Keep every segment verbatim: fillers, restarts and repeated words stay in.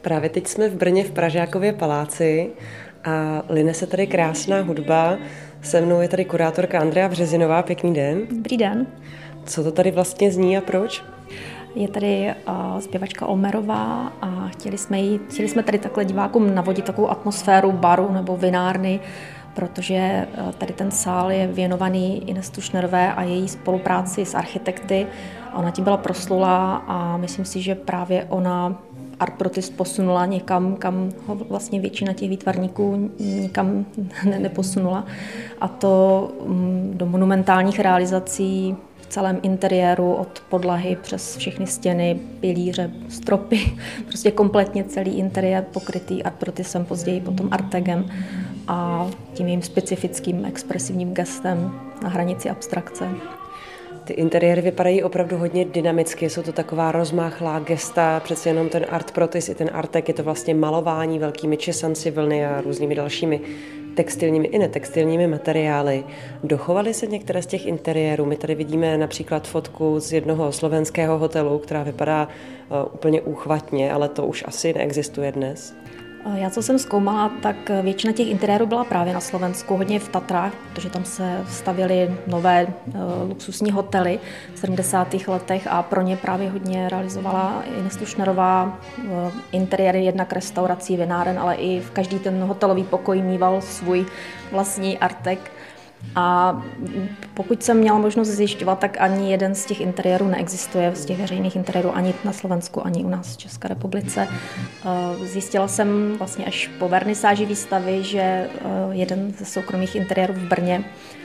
Právě teď jsme v Brně v Pražákově paláci a line se tady krásná hudba. Se mnou je tady kurátorka Andrea Březinová. Pěkný den. Dobrý den. Co to tady vlastně zní a proč? Je tady uh, zpěvačka Olmerová a chtěli jsme, jí, chtěli jsme tady takhle divákům navodit takovou atmosféru baru nebo vinárny, protože uh, tady ten sál je věnovaný Ines Tušnerové a její spolupráci s architekty. Ona tím byla proslulá a myslím si, že právě ona Art Protis posunula někam, kam ho vlastně většina těch výtvarníků nikam ne- neposunula. A to um, do monumentálních realizací v celém interiéru, od podlahy přes všechny stěny, pilíře, stropy, prostě kompletně celý interiér pokrytý Art Protisem, později potom Artegem a tím jejím specifickým expresivním gestem na hranici abstrakce. Ty interiéry vypadají opravdu hodně dynamicky, jsou to taková rozmáchlá gesta, přece jenom ten Art Protis i ten Arteg, je to vlastně malování velkými česanci vlny a různými dalšími textilními i netextilními materiály. Dochovaly se některé z těch interiérů? My tady vidíme například fotku z jednoho slovenského hotelu, která vypadá uh, úplně úchvatně, ale to už asi neexistuje dnes. Já, co jsem zkoumala, tak většina těch interiérů byla právě na Slovensku, hodně v Tatrách, protože tam se stavěly nové uh, luxusní hotely v sedmdesátých letech a pro ně právě hodně realizovala Ines Tušnerová uh, interiéry jednak restaurací, vináren, ale i v každý ten hotelový pokoj mýval svůj vlastní artek. A pokud jsem měla možnost zjišťovat, tak ani jeden z těch interiérů neexistuje, z těch veřejných interiérů ani na Slovensku, ani u nás v České republice. Zjistila jsem vlastně až po vernisáži výstavy, že jeden ze soukromých interiérů v Brně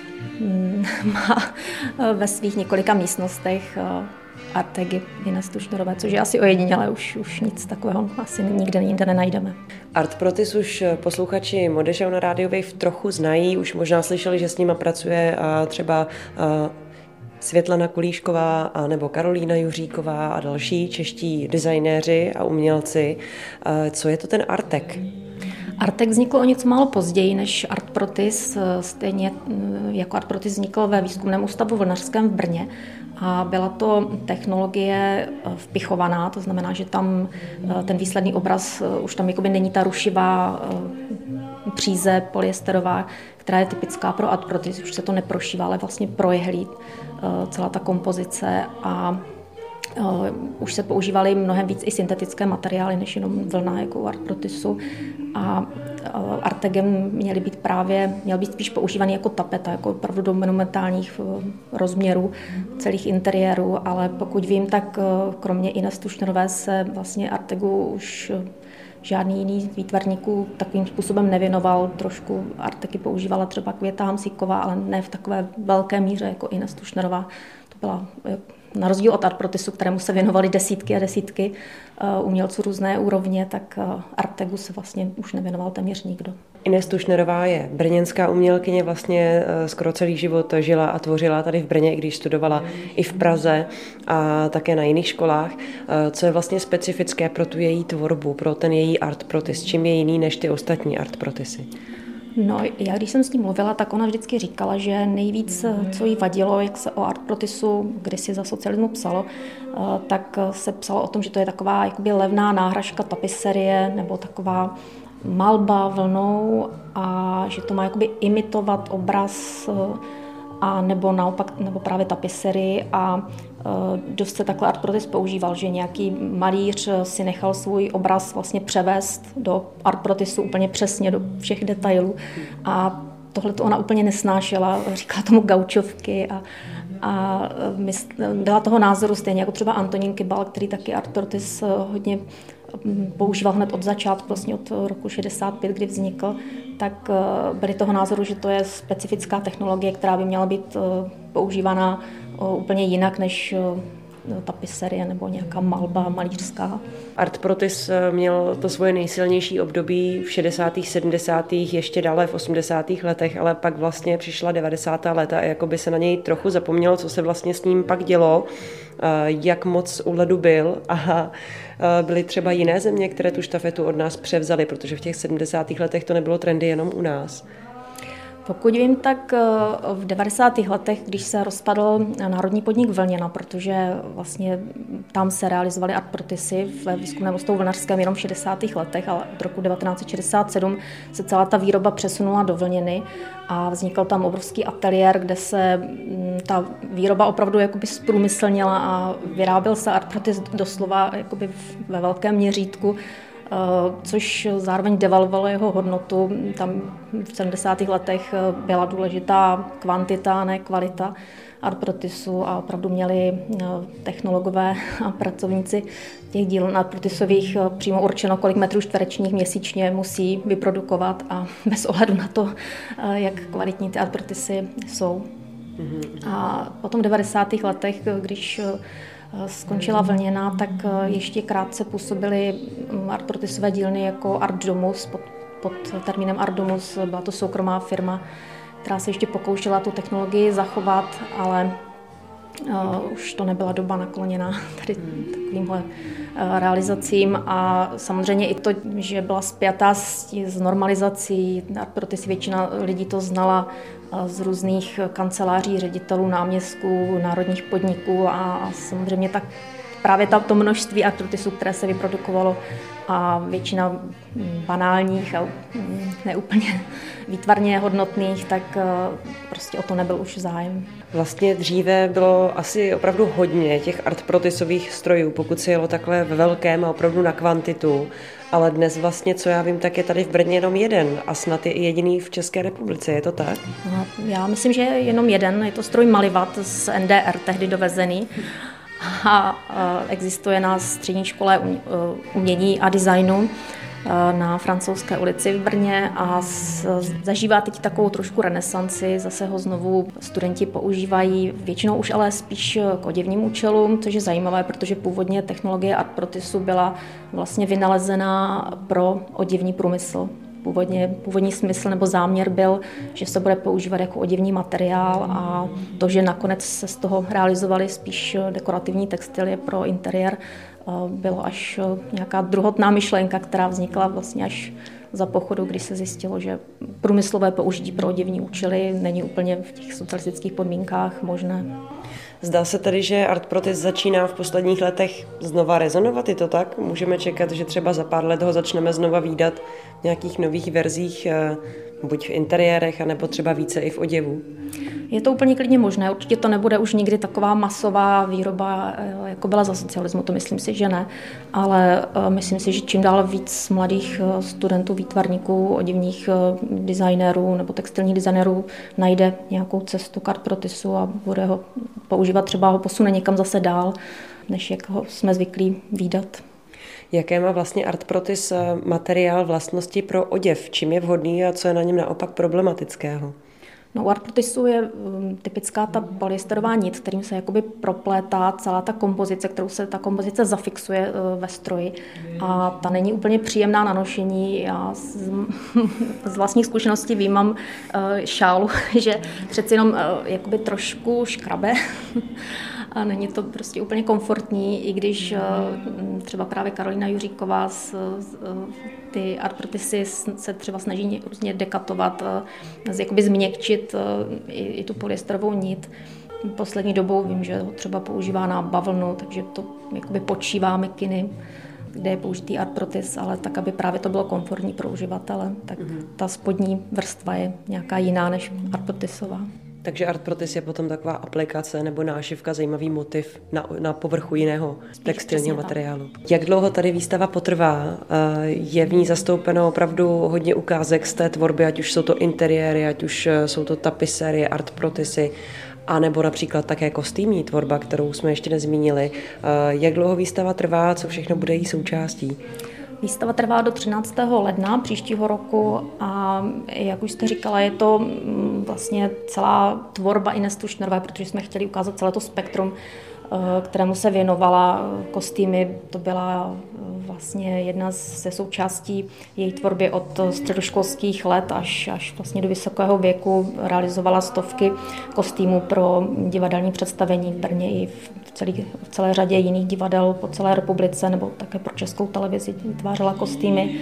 má ve svých několika místnostech artegy Ines Tušnerové, což je asi ojedinělé, už, už nic takového asi nikde jinde nenajdeme. Art Protis už posluchači Mode Show na Rádiu Wave trochu znají, už možná slyšeli, že s nima pracuje třeba Světlana Kulíšková a nebo Karolína Juříková a další čeští designéři a umělci. Co je to ten Arteg? Arteg vznikl o něco málo později než Art Protis, stejně jako Art Protis vznikl ve výzkumném ústavu vlnařském v Brně. A byla to technologie vpichovaná, to znamená, že tam ten výsledný obraz, už tam jakoby není ta rušivá příze polyesterová, která je typická pro Art Protis, už se to neprošívá, ale vlastně projehlí celá ta kompozice a Uh, už se používaly mnohem víc i syntetické materiály, než jenom vlna jako u Art Protisu. A uh, Artegem měly být právě, měl být spíš používaný jako tapeta, jako opravdu do monumentálních uh, rozměrů celých interiérů, ale pokud vím, tak uh, kromě Ines Tušnerové se vlastně Artegu už uh, žádný jiný z výtvarníků takovým způsobem nevěnoval. Trošku Artegy používala třeba Květa Hamsíková, ale ne v takové velké míře jako Ines Tušnerová. To byla na rozdíl od Art Protisu, kterému se věnovali desítky a desítky uh, umělců různé úrovně, tak uh, Artegu se vlastně už nevěnoval téměř nikdo. Ines Tušnerová je brněnská umělkyně, vlastně uh, skoro celý život žila a tvořila tady v Brně, i když studovala i v Praze a také na jiných školách. Uh, co je vlastně specifické pro tu její tvorbu, pro ten její Art Protis? Čím je jiný než ty ostatní Art Protisy? No, já když jsem s ní mluvila, tak ona vždycky říkala, že nejvíc, co jí vadilo, jak se o Art Protisu kdysi za socialismu psalo, tak se psalo o tom, že to je taková jakoby levná náhražka tapiserie nebo taková malba vlnou a že to má jakoby imitovat obraz a nebo naopak, nebo právě tapiserii a uh, dost se takhle Art Protis používal, že nějaký malíř si nechal svůj obraz vlastně převést do Art Protisu úplně přesně do všech detailů a tohle to ona úplně nesnášela, říkala tomu gaučovky a, a mysl, byla toho názoru stejně jako třeba Antonín Kybal, který taky Art Protis hodně používal hned od začátku, vlastně od roku šedesát pět, kdy vznikl, tak byli toho názoru, že to je specifická technologie, která by měla být používaná úplně jinak než tapiserie nebo nějaká malba malířská. Art Protis měl to svoje nejsilnější období v šedesátých, sedmdesátých, ještě dále v osmdesátých letech, ale pak vlastně přišla devadesátá léta a jako by se na něj trochu zapomnělo, co se vlastně s ním pak dělo, jak moc u ledu byl a byly třeba jiné země, které tu štafetu od nás převzaly, protože v těch sedmdesátých letech to nebylo trendy jenom u nás. Pokud vím, tak v devadesátých letech, když se rozpadl národní podnik Vlněna, protože vlastně tam se realizovaly artprotisy ve výzkumném ústavu vlnařském jenom v šedesátých letech, ale od roku devatenáct set šedesát sedm se celá ta výroba přesunula do Vlněny a vznikl tam obrovský ateliér, kde se ta výroba opravdu jakoby zprůmyslnila a vyráběl se artprotis doslova jakoby ve velkém měřítku, což zároveň devalvovalo jeho hodnotu. Tam v sedmdesátých letech byla důležitá kvantita, ne kvalita artprotisu a opravdu měli technologové a pracovníci těch dílen artprotisových přímo určeno, kolik metrů čtverečních měsíčně musí vyprodukovat a bez ohledu na to, jak kvalitní ty artprotisy jsou. A potom v devadesátých letech, když skončila Vlněna, tak ještě krátce působily artprotisové dílny jako Art Domus, pod, pod termínem Art Domus. Byla to soukromá firma, která se ještě pokoušela tu technologii zachovat, ale uh, už to nebyla doba nakloněná tady takovýmhle uh, realizacím. A samozřejmě i to, že byla spjatá s, s normalizací artprotisy, většina lidí to znala z různých kanceláří, ředitelů, náměstků, národních podniků a, a samozřejmě tak právě to množství artprotisů, které se vyprodukovalo a většina banálních a neúplně výtvarně hodnotných, tak prostě o to nebyl už zájem. Vlastně dříve bylo asi opravdu hodně těch artprotisových strojů, pokud se jelo takhle ve velkém a opravdu na kvantitu, ale dnes vlastně, co já vím, tak je tady v Brně jenom jeden a snad je i jediný v České republice, je to tak? No, já myslím, že je jenom jeden, je to stroj Malivat z N D R, tehdy dovezený. A existuje na střední škole umění a designu na Francouzské ulici v Brně a zažívá teď takovou trošku renesanci, zase ho znovu studenti používají, většinou už ale spíš k oděvním účelům, což je zajímavé, protože původně technologie artprotisu byla vlastně vynalezená pro oděvní průmysl. Původně, původní smysl nebo záměr byl, že se bude používat jako oděvní materiál a to, že nakonec se z toho realizovaly spíš dekorativní textilie pro interiér, bylo až nějaká druhotná myšlenka, která vznikla vlastně až za pochodu, kdy se zjistilo, že průmyslové použití pro oděvní účely není úplně v těch socialistických podmínkách možné. Zdá se tedy, že artprotis začíná v posledních letech znova rezonovat, je to tak? Můžeme čekat, že třeba za pár let ho začneme znova vídat v nějakých nových verzích, buď v interiérech, anebo třeba více i v oděvu? Je to úplně klidně možné. Určitě to nebude už nikdy taková masová výroba, jako byla za socialismu, to myslím si, že ne. Ale myslím si, že čím dál víc mladých studentů, výtvarníků, oděvních designérů nebo textilních designérů najde nějakou cestu k artprotisu a bude ho používat, třeba ho posune někam zase dál, než jak ho jsme zvyklí vídat. Jaké má vlastně artprotis materiál vlastnosti pro oděv? Čím je vhodný a co je na něm naopak problematického? No, u artprotisu je typická ta polyesterová nit, kterým se jakoby proplétá celá ta kompozice, kterou se ta kompozice zafixuje ve stroji. A ta není úplně příjemná na nošení. Já z, z vlastních zkušeností vím, mám šálu, že přeci jenom jakoby trošku škrabe. A není to prostě úplně komfortní, i když třeba právě Karolína Juříková z, z, ty artprotisy se třeba snaží různě dekatovat, jakoby změkčit i, i tu polyesterovou nit. Poslední dobou vím, že ho třeba používá na bavlnu, takže to jakoby počívá mikiny, kde je použitý artprotis, ale tak, aby právě to bylo komfortní pro uživatele, tak mm-hmm. ta spodní vrstva je nějaká jiná než artprotisová. Takže artprotis je potom taková aplikace nebo nášivka, zajímavý motiv na, na povrchu jiného textilního materiálu. Jak dlouho tady výstava potrvá? Je v ní zastoupeno opravdu hodně ukázek z té tvorby, ať už jsou to interiéry, ať už jsou to tapisérie, artprotisy, a nebo například také kostýmní tvorba, kterou jsme ještě nezmínili. Jak dlouho výstava trvá, co všechno bude její součástí? Výstava trvá do třináctého ledna příštího roku a jak už jste říkala, je to vlastně celá tvorba Ines Tušnerové, protože jsme chtěli ukázat celé to spektrum, kterému se věnovala. Kostýmy, to byla vlastně jedna ze součástí její tvorby od středoškolských let až, až vlastně do vysokého věku. Realizovala stovky kostýmů pro divadelní představení v Brně i v, celý, v celé řadě jiných divadel po celé republice nebo také pro Českou televizi vytvářela kostýmy.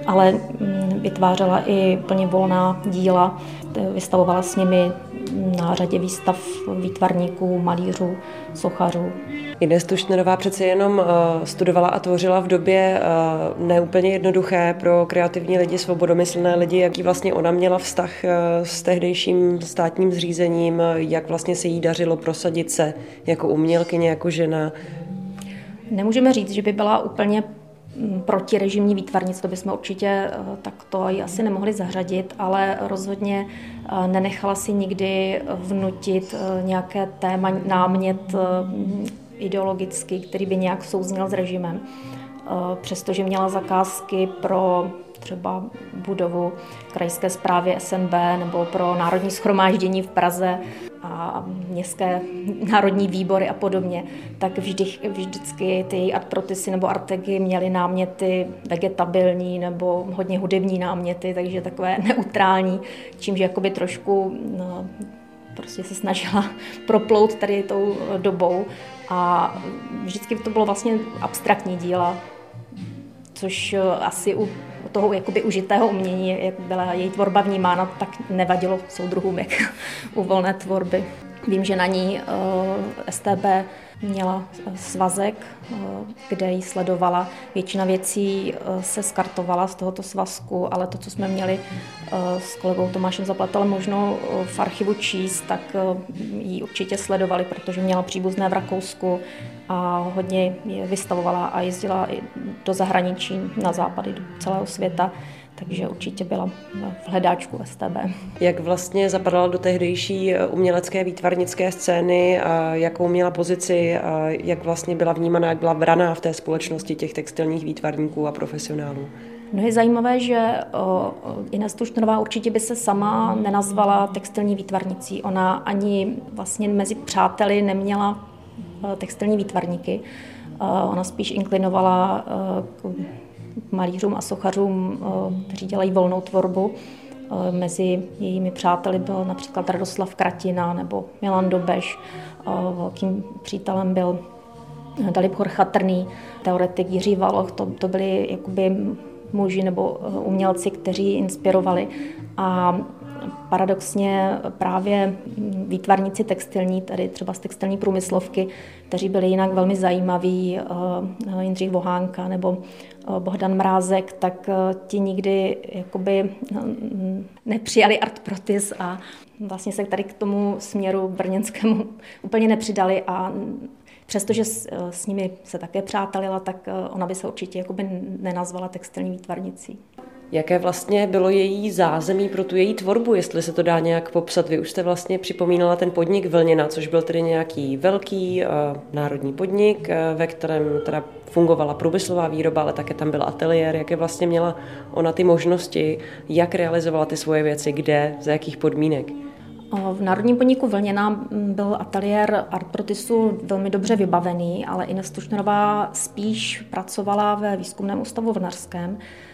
ale vytvářela i plně volná díla, vystavovala s nimi na řadě výstav výtvarníků, malířů, sochařů. Ines Tuštnerová přece jenom studovala a tvořila v době neúplně jednoduché pro kreativní lidi, svobodomyslné lidi. Jaký vlastně ona měla vztah s tehdejším státním zřízením, jak vlastně se jí dařilo prosadit se jako umělkyně, jako žena? Nemůžeme říct, že by byla úplně protirežimní výtvarnic, to bychom určitě takto ji asi nemohli zařadit, ale rozhodně nenechala si nikdy vnutit nějaké téma, námět ideologický, který by nějak souzněl s režimem. Přestože měla zakázky pro třeba budovu krajské správy S N B nebo pro Národní shromáždění v Praze a městské národní výbory a podobně, tak vždy, vždycky ty artprotisy nebo artegy měly náměty vegetabilní nebo hodně hudební náměty, takže takové neutrální, čímž jakoby trošku no, prostě se snažila proplout tady tou dobou a vždycky to bylo vlastně abstraktní díla, což asi u toho jakoby užitého umění, jak byla její tvorba vnímána, tak nevadilo soudruhům jak u volné tvorby. Vím, že na ní S T B měla svazek, kde ji sledovala. Většina věcí se skartovala z tohoto svazku, ale to, co jsme měli s kolegou Tomášem Zaplatelem možno v archivu číst, tak ji určitě sledovali, protože měla příbuzné v Rakousku a hodně je vystavovala a jezdila i do zahraničí, na západy, do celého světa. Takže určitě byla v hledáčku S T B. Jak vlastně zapadala do tehdejší umělecké výtvarnické scény, a jakou měla pozici, a jak vlastně byla vnímána, jak byla braná v té společnosti těch textilních výtvarníků a profesionálů? No je zajímavé, že Ines Tuštnerová určitě by se sama nenazvala textilní výtvarnicí. Ona ani vlastně mezi přáteli neměla textilní výtvarníky. Ona spíš inklinovala k malířům a sochařům, kteří dělají volnou tvorbu. Mezi jejími přáteli byl například Radoslav Kratina nebo Milan Dobeš. Velkým přítelem byl Dalibor Chatrný, teoretik Jiří Valoch. To, to byli jakoby muži nebo umělci, kteří inspirovali. A paradoxně právě výtvarníci textilní, tady třeba z textilní průmyslovky, kteří byli jinak velmi zajímaví, Jindřich Vohánka nebo Bohdan Mrázek, tak ti nikdy jakoby nepřijali artprotis a vlastně se tady k tomu směru brněnskému úplně nepřidali a přestože s nimi se také přátelila, tak ona by se určitě jakoby nenazvala textilní výtvarnicí. Jaké vlastně bylo její zázemí pro tu její tvorbu, jestli se to dá nějak popsat? Vy už jste vlastně připomínala ten podnik Vlněna, což byl tedy nějaký velký uh, národní podnik, uh, ve kterém teda fungovala průmyslová výroba, ale také tam byl ateliér. Jaké vlastně měla ona ty možnosti, jak realizovala ty svoje věci, kde, za jakých podmínek? V Národním podniku Vlněna byl ateliér artprotisu velmi dobře vybavený, ale Ines Tuštnerová spíš pracovala ve výzkumném ústavu vlnařském.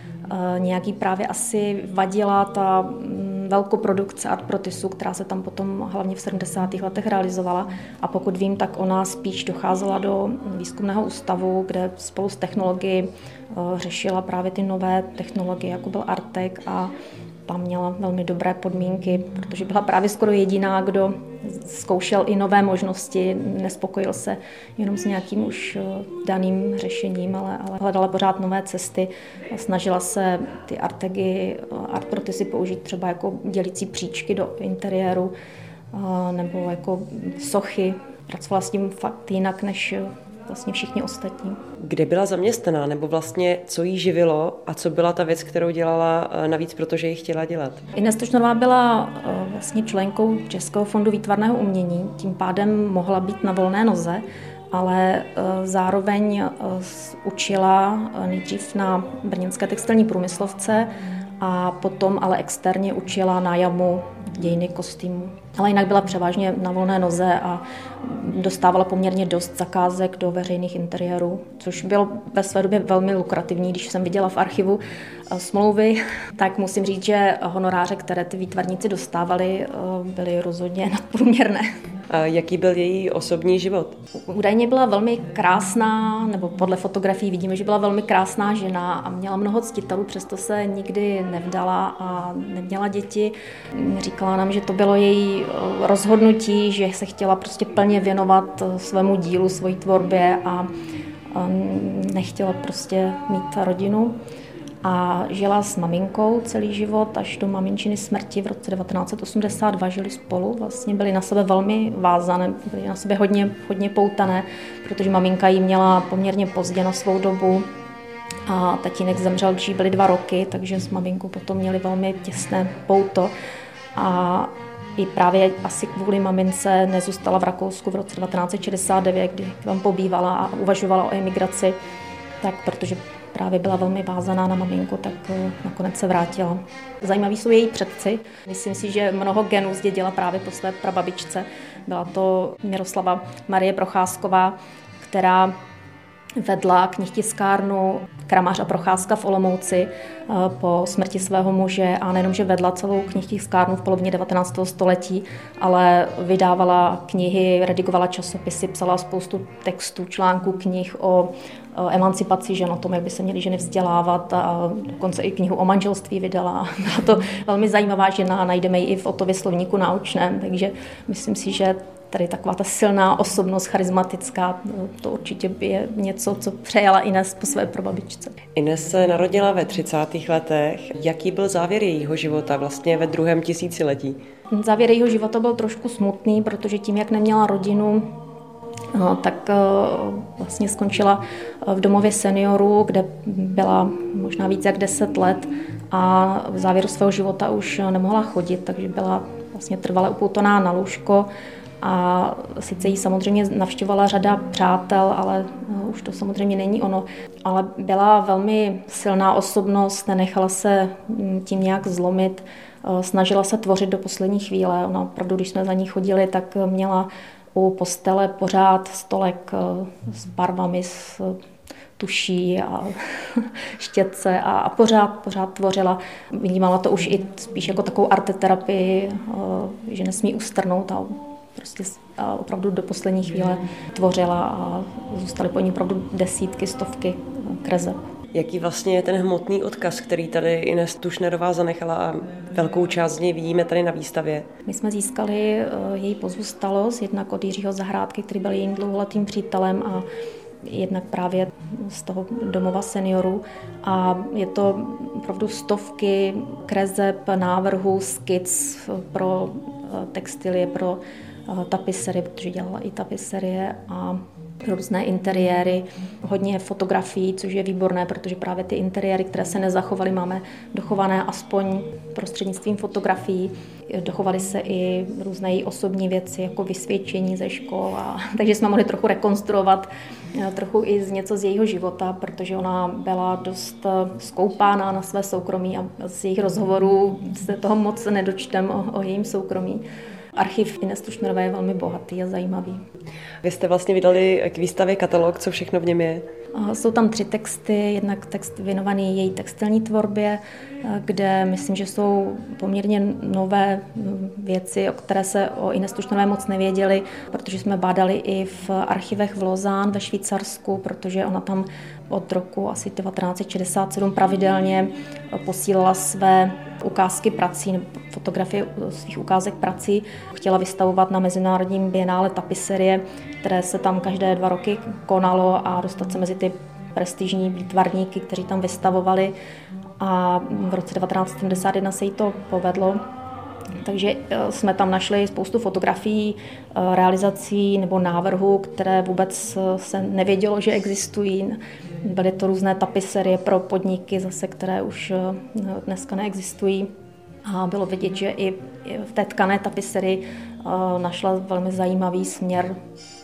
Nějaký právě asi vadila ta velkoprodukce artprotisu, která se tam potom hlavně v sedmdesátých letech realizovala. A pokud vím, tak ona spíš docházela do výzkumného ústavu, kde spolu s technology řešila právě ty nové technologie, jako byl Artek, a tam měla velmi dobré podmínky, protože byla právě skoro jediná, kdo zkoušel i nové možnosti, nespokojil se jenom s nějakým už daným řešením, ale, ale hledala pořád nové cesty a snažila se ty artegy, artprotisy použít třeba jako dělící příčky do interiéru nebo jako sochy. Pracovala s tím fakt jinak než vlastně všichni ostatní. Kde byla zaměstnaná, nebo vlastně co jí živilo a co byla ta věc, kterou dělala navíc, protože ji chtěla dělat? Ines Tuštnerová byla vlastně členkou Českého fondu výtvarného umění, tím pádem mohla být na volné noze, ale zároveň učila nejdřív na brněnské textilní průmyslovce a potom ale externě učila na jamu dějiny kostýmů. ale jinak byla převážně na volné noze a dostávala poměrně dost zakázek do veřejných interiérů, což bylo ve své době velmi lukrativní. Když jsem viděla v archivu smlouvy, tak musím říct, že honoráře, které ty výtvarníci dostávali, byly rozhodně nadprůměrné. A jaký byl její osobní život? Údajně byla velmi krásná, nebo podle fotografií vidíme, že byla velmi krásná žena a měla mnoho ctitelů, přesto se nikdy nevdala a neměla děti. Říkala nám, že to bylo její rozhodnutí, že se chtěla prostě plně věnovat svému dílu, svojí tvorbě a nechtěla prostě mít rodinu. A žila s maminkou celý život až do maminčiny smrti v roce devatenáct set osmdesát dva, žili spolu, vlastně byli na sebe velmi vázané, byli na sebe hodně, hodně poutané, protože maminka jí měla poměrně pozdě na svou dobu a tatínek zemřel, když jí byly dva roky, takže s maminkou potom měli velmi těsné pouto a i právě asi kvůli mamince nezůstala v Rakousku v roce devatenáct set šedesát devět, kdy tam pobývala a uvažovala o emigraci, tak protože právě byla velmi vázaná na maminku, tak nakonec se vrátila. Zajímaví jsou její předci. Myslím si, že mnoho genů zdědila právě po své prababičce. Byla to Miroslava Marie Procházková, která vedla knihtiskárnu Kramář a Procházka v Olomouci po smrti svého muže a nejenom, že vedla celou knihtiskárnu v polovině devatenáctého století, ale vydávala knihy, redigovala časopisy, psala spoustu textů, článků, knih o emancipaci žen, o tom, jak by se měly ženy vzdělávat a dokonce i knihu o manželství vydala. Byla to velmi zajímavá žena a najdeme ji i v Ottově slovníku naučném, takže myslím si, že tady taková ta silná osobnost, charismatická, to určitě je něco, co přejala Ines po své prababičce. Ines se narodila ve třicátých letech. Jaký byl závěr jejího života vlastně ve druhém tisíciletí? Závěr jejího života byl trošku smutný, protože tím, jak neměla rodinu, no, tak vlastně skončila v domově seniorů, kde byla možná víc jak deset let a v závěru svého života už nemohla chodit, takže byla vlastně trvale upoutaná na lůžko. A sice jí samozřejmě navštěvovala řada přátel, ale no, už to samozřejmě není ono. Ale byla velmi silná osobnost, nenechala se tím nějak zlomit, snažila se tvořit do poslední chvíle. Ona opravdu, když jsme za ní chodili, tak měla u postele pořád stolek s barvami, s tuší a štětce a, a pořád, pořád tvořila. Vnímala to už i spíš jako takovou arteterapii, že nesmí ustrnout a prostě opravdu do poslední chvíle tvořila a zůstaly po ní opravdu desítky, stovky kreseb. Jaký vlastně je ten hmotný odkaz, který tady Ines Tušnerová zanechala a velkou část z něj vidíme tady na výstavě? My jsme získali její pozůstalost, jednak od Jiřího Zahrádky, který byl jejím dlouholetým přítelem a jednak právě z toho domova seniorů. A je to opravdu stovky kreseb, návrhů, skic pro textilie, pro tapiserie, protože dělala i tapiserie a různé interiéry, hodně fotografií, což je výborné, protože právě ty interiéry, které se nezachovaly, máme dochované aspoň prostřednictvím fotografií. Dochovaly se i různé její osobní věci, jako vysvědčení ze škol. A, takže jsme mohli trochu rekonstruovat trochu i z něco z jejího života, protože ona byla dost skoupána na své soukromí a z jejich rozhovorů se toho moc nedočtem o, o jejím soukromí. Archiv Ines Tušnerové je velmi bohatý a zajímavý. Vy jste vlastně vydali k výstavě katalog, co všechno v něm je? Jsou tam tři texty, jednak text věnovaný její textilní tvorbě, kde myslím, že jsou poměrně nové věci, o které se o Ines Tušnerové moc nevěděli, protože jsme bádali i v archivech v Lausanne ve Švýcarsku, protože ona tam od roku asi devatenáct set šedesát sedm pravidelně posílala své ukázky prací, fotografie svých ukázek prací. Chtěla vystavovat na mezinárodním bienále tapiserie, které se tam každé dva roky konalo a dostat se mezi ty prestižní výtvarníky, kteří tam vystavovali. A v roce devatenáct set sedmdesát jedna se jí to povedlo. Takže jsme tam našli spoustu fotografií, realizací nebo návrhů, které vůbec se nevědělo, že existují. Byly to různé tapiserie pro podniky, zase, které už dneska neexistují. A bylo vidět, že i v té tkané tapiserii našla velmi zajímavý směr,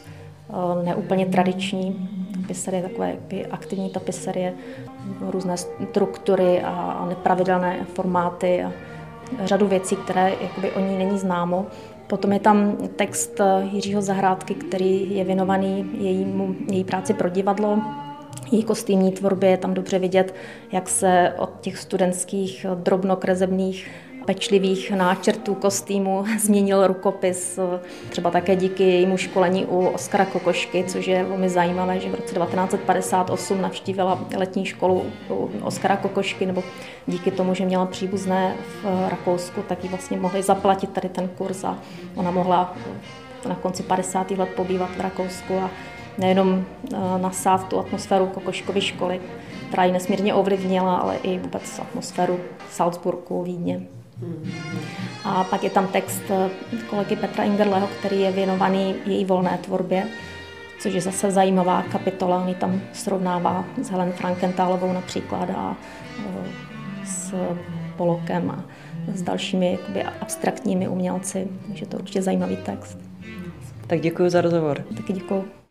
neúplně tradiční tapiserie, takové aktivní tapiserie, různé struktury a nepravidelné formáty a řadu věcí, které jakoby o ní není známo. Potom je tam text Jiřího Zahrádky, který je věnovaný jejímu, její práci pro divadlo. Její kostýmní tvorbě je tam dobře vidět, jak se od těch studentských drobnokresebných pečlivých náčrtů kostýmu změnil rukopis, třeba také díky jejímu školení u Oskara Kokošky, což je velmi zajímavé, že v roce devatenáct set padesát osm navštívila letní školu u Oskara Kokošky, nebo díky tomu, že měla příbuzné v Rakousku, tak jí vlastně mohli zaplatit tady ten kurz a ona mohla na konci padesátých let pobývat v Rakousku a nejenom nasát tu atmosféru Kokoškovy školy, která ji nesmírně ovlivnila, ale i vůbec atmosféru Salzburgu, Vídně. A pak je tam text kolegy Petra Ingerleho, který je věnovaný její volné tvorbě, což je zase zajímavá kapitola. On tam srovnává s Helen Frankenthalovou například a s Pollokem a s dalšími jakoby abstraktními umělci. Takže to je určitě zajímavý text. Tak děkuji za rozhovor. Taky děkuji.